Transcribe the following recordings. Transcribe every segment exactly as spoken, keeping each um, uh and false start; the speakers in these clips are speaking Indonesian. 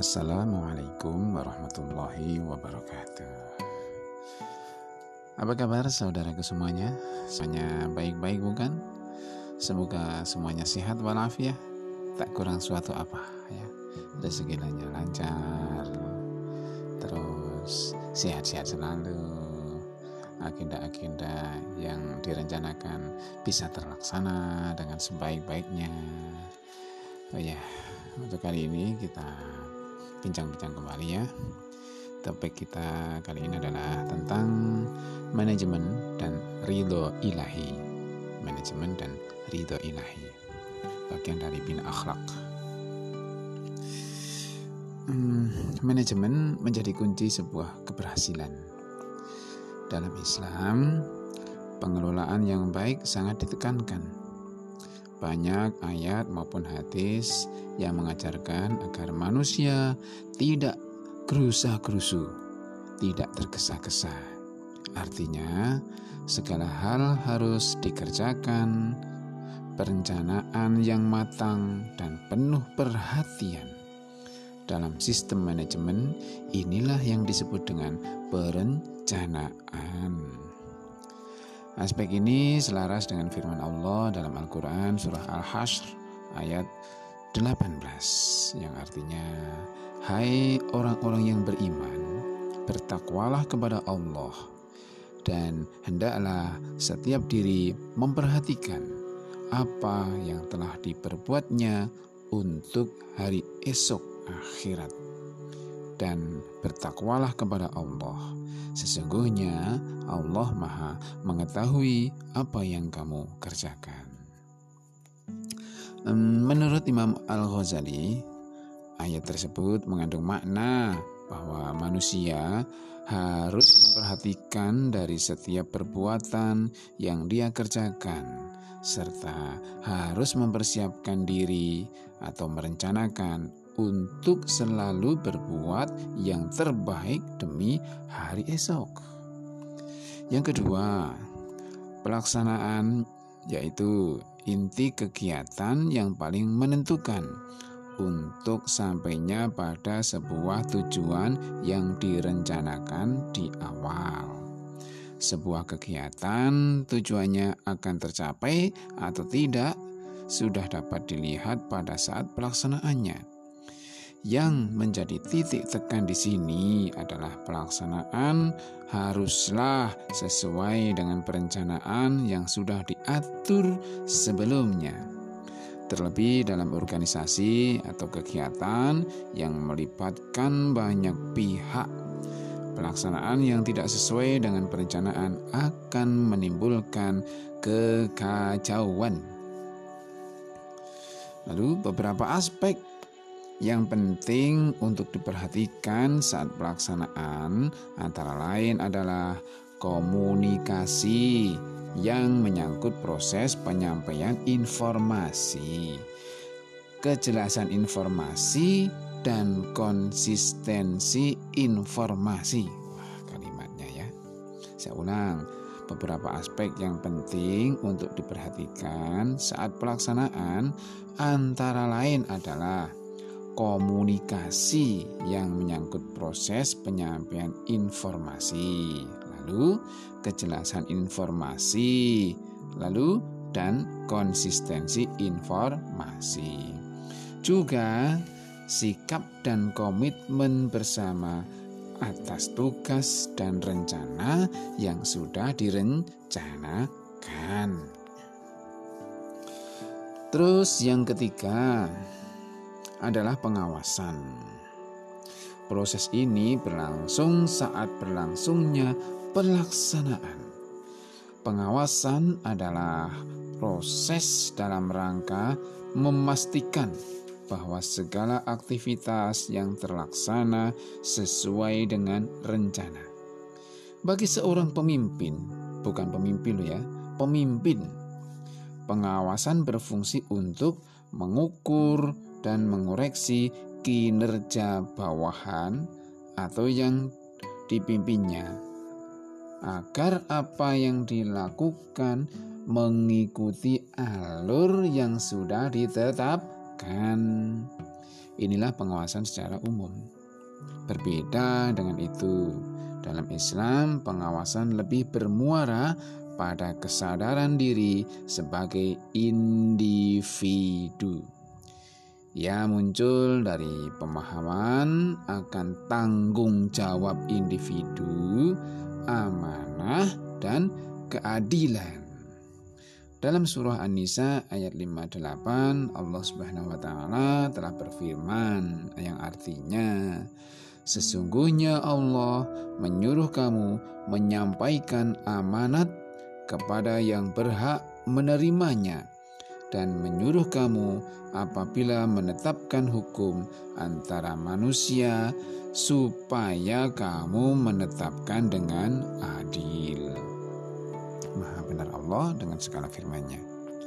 Assalamualaikum warahmatullahi wabarakatuh. Apa kabar saudaraku semuanya? Semuanya baik-baik bukan? Semoga semuanya sehat walafiat, tak kurang suatu apa ya. Rezekinya lancar, terus sehat-sehat selalu. Agenda-agenda yang direncanakan bisa terlaksana dengan sebaik-baiknya. Oh ya, untuk kali ini kita bincang-bincang kembali ya. Topik kita kali ini adalah tentang manajemen dan ridho ilahi. Manajemen dan ridho ilahi, bagian dari bina akhlak. Hmm, manajemen menjadi kunci sebuah keberhasilan. Dalam Islam, pengelolaan yang baik sangat ditekankan. Banyak ayat maupun hadis yang mengajarkan agar manusia tidak gerusa-gerusu, tidak tergesa-gesa. Artinya, segala hal harus dikerjakan, perencanaan yang matang dan penuh perhatian. Dalam sistem manajemen, inilah yang disebut dengan perencanaan. Aspek ini selaras dengan firman Allah dalam Al-Quran surah Al-Hasyr ayat delapan belas yang artinya, hai orang-orang yang beriman, bertakwalah kepada Allah dan hendaklah setiap diri memperhatikan apa yang telah diperbuatnya untuk hari esok akhirat, dan bertakwalah kepada Allah. Sesungguhnya Allah Maha mengetahui apa yang kamu kerjakan. Menurut Imam Al-Ghazali, ayat tersebut mengandung makna bahwa manusia harus memperhatikan dari setiap perbuatan yang dia kerjakan, serta harus mempersiapkan diri atau merencanakan untuk selalu berbuat yang terbaik demi hari esok. Yang kedua, pelaksanaan, yaitu inti kegiatan yang paling menentukan untuk sampainya pada sebuah tujuan yang direncanakan di awal. Sebuah kegiatan tujuannya akan tercapai atau tidak sudah dapat dilihat pada saat pelaksanaannya. Yang menjadi titik tekan di sini adalah pelaksanaan haruslah sesuai dengan perencanaan yang sudah diatur sebelumnya. Terlebih dalam organisasi atau kegiatan yang melibatkan banyak pihak, pelaksanaan yang tidak sesuai dengan perencanaan akan menimbulkan kekacauan. Lalu beberapa aspek yang penting untuk diperhatikan saat pelaksanaan antara lain adalah komunikasi yang menyangkut proses penyampaian informasi, kejelasan informasi, dan konsistensi informasi. Wah, kalimatnya ya. Saya ulang, beberapa aspek yang penting untuk diperhatikan saat pelaksanaan antara lain adalah komunikasi yang menyangkut proses penyampaian informasi, lalu kejelasan informasi, lalu dan konsistensi informasi. Juga sikap dan komitmen bersama atas tugas dan rencana yang sudah direncanakan. Terus yang ketiga adalah pengawasan. Proses ini berlangsung saat berlangsungnya pelaksanaan. Pengawasan adalah proses dalam rangka memastikan bahwa segala aktivitas yang terlaksana sesuai dengan rencana. Bagi seorang pemimpin, bukan pemimpin ya, pemimpin, pengawasan berfungsi untuk mengukur dan mengoreksi kinerja bawahan atau yang dipimpinnya, agar apa yang dilakukan mengikuti alur yang sudah ditetapkan. Inilah pengawasan secara umum. Berbeda dengan itu, dalam Islam pengawasan lebih bermuara pada kesadaran diri sebagai individu. Ia muncul dari pemahaman akan tanggung jawab individu, amanah, dan keadilan. Dalam surah An-Nisa ayat lima puluh delapan, Allah Subhanahu wa taala telah berfirman yang artinya, sesungguhnya Allah menyuruh kamu menyampaikan amanat kepada yang berhak menerimanya dan menyuruh kamu apabila menetapkan hukum antara manusia supaya kamu menetapkan dengan adil. Maha benar Allah dengan segala firman-Nya.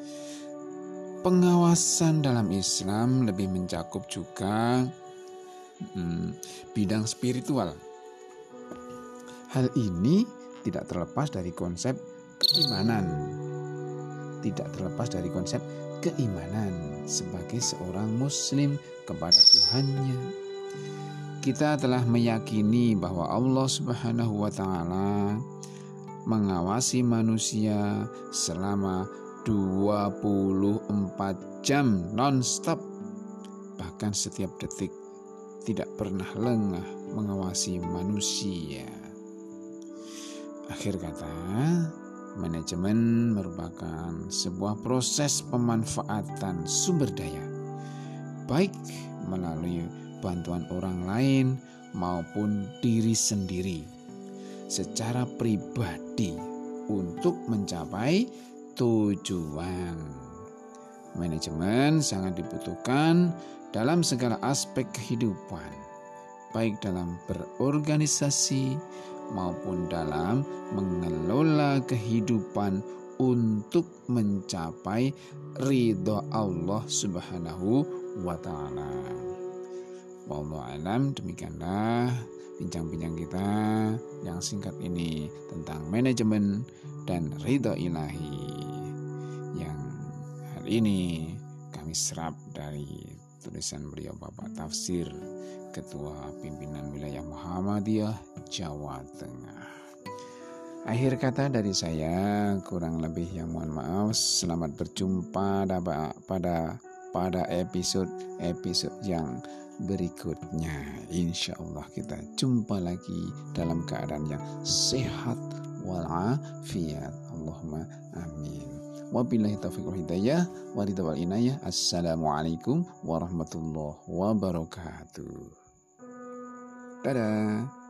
Pengawasan dalam Islam lebih mencakup juga hmm, bidang spiritual. Hal ini tidak terlepas dari konsep keimanan. Tidak terlepas dari konsep keimanan sebagai seorang muslim kepada Tuhannya. Kita telah meyakini bahwa Allah Subhanahu wa taala mengawasi manusia selama dua puluh empat jam non-stop, bahkan setiap detik, tidak pernah lengah mengawasi manusia. Akhir kata, manajemen merupakan sebuah proses pemanfaatan sumber daya, baik melalui bantuan orang lain maupun diri sendiri secara pribadi untuk mencapai tujuan. Manajemen sangat dibutuhkan dalam segala aspek kehidupan, baik dalam berorganisasi maupun dalam mengelola kehidupan untuk mencapai ridha Allah Subhanahu wa taala. Wallahu alam, demikianlah bincang-bincang kita yang singkat ini tentang manajemen dan ridha ilahi yang hari ini kami serap dari tulisan beliau Bapak Tafsir, Ketua Pimpinan Wilayah Muhammadiyah Jawa Tengah. Akhir kata dari saya, kurang lebih yang mohon maaf. Selamat berjumpa pada pada episode episode yang berikutnya. Insya Allah kita jumpa lagi dalam keadaan yang sehat walafiat. Allahumma amin. Wabillahi taufiq wal hidayah wa ridha wal inayah. Assalamualaikum warahmatullahi wabarakatuh. Dadah.